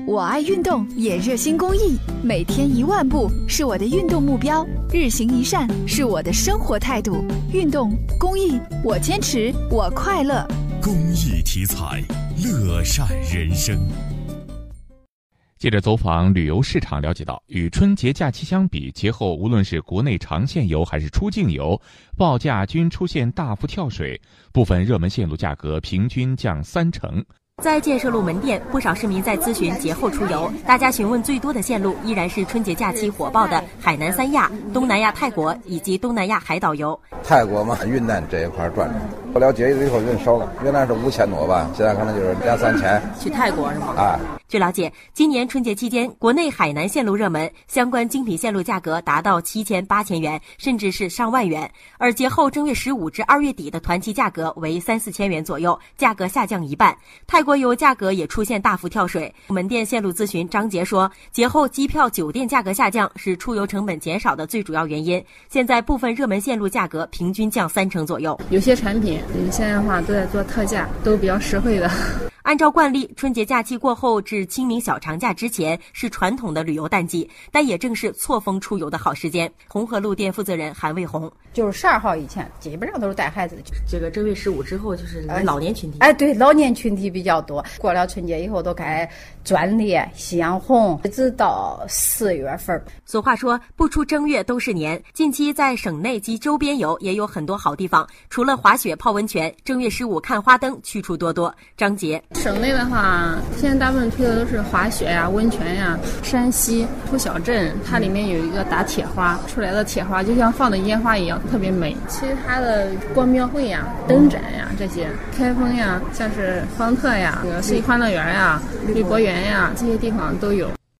我爱运动，也热心公益，每天10000步是我的运动目标，日行一善是我的生活态度。运动公益，我坚持，我快乐。 公益题材，乐善人生。 记者走访旅游市场了解到，与春节假期相比，节后无论是国内长线游还是出境游，报价均出现大幅跳水，部分热门线路价格平均降30%。 在建设路门店，不少市民在咨询节后出游，大家询问最多的线路依然是春节假期火爆的海南三亚、东南亚泰国以及东南亚海岛游。 泰国嘛，云南这一块转转，不了解以后人少了，原来是5000多吧，现在可能就是2-3000。 去泰国是吗？ 啊。 据了解，今年春节期间，国内海南线路热门，相关精品线路价格达到7000、8000元，甚至是上万元。而节后正月15至2月底的团期价格为3-4千元左右，价格下降一半。泰国游价格也出现大幅跳水。门店线路咨询张杰说，节后机票、酒店价格下降是出游成本减少的最主要原因。现在部分热门线路价格平均降30%左右。 有些产品现在的话都在做特价，都比较实惠的。 按照惯例，春节假期过后至清明小长假之前是传统的旅游淡季，但也正是错峰出游的好时间。红河路店负责人韩卫红， 就是12号以前基本上都是带孩子的。 这个正月15之后就是老年群体。 对，老年群体比较多。过了春节以后都该专列、夕阳红，一直到4月份。 俗话说，不出正月都是年。近期在省内及周边游也有很多好地方，除了滑雪、泡温泉，正月15看花灯去处多多。张杰， 省内的话，现在大部分推的都是滑雪呀、温泉呀。山西土小镇，它里面有一个打铁花，出来的铁花就像放的烟花一样，特别美。其他的逛庙会呀、灯展呀这些，开封呀，像是方特呀、四季欢乐园呀、绿博园呀，这些地方都有。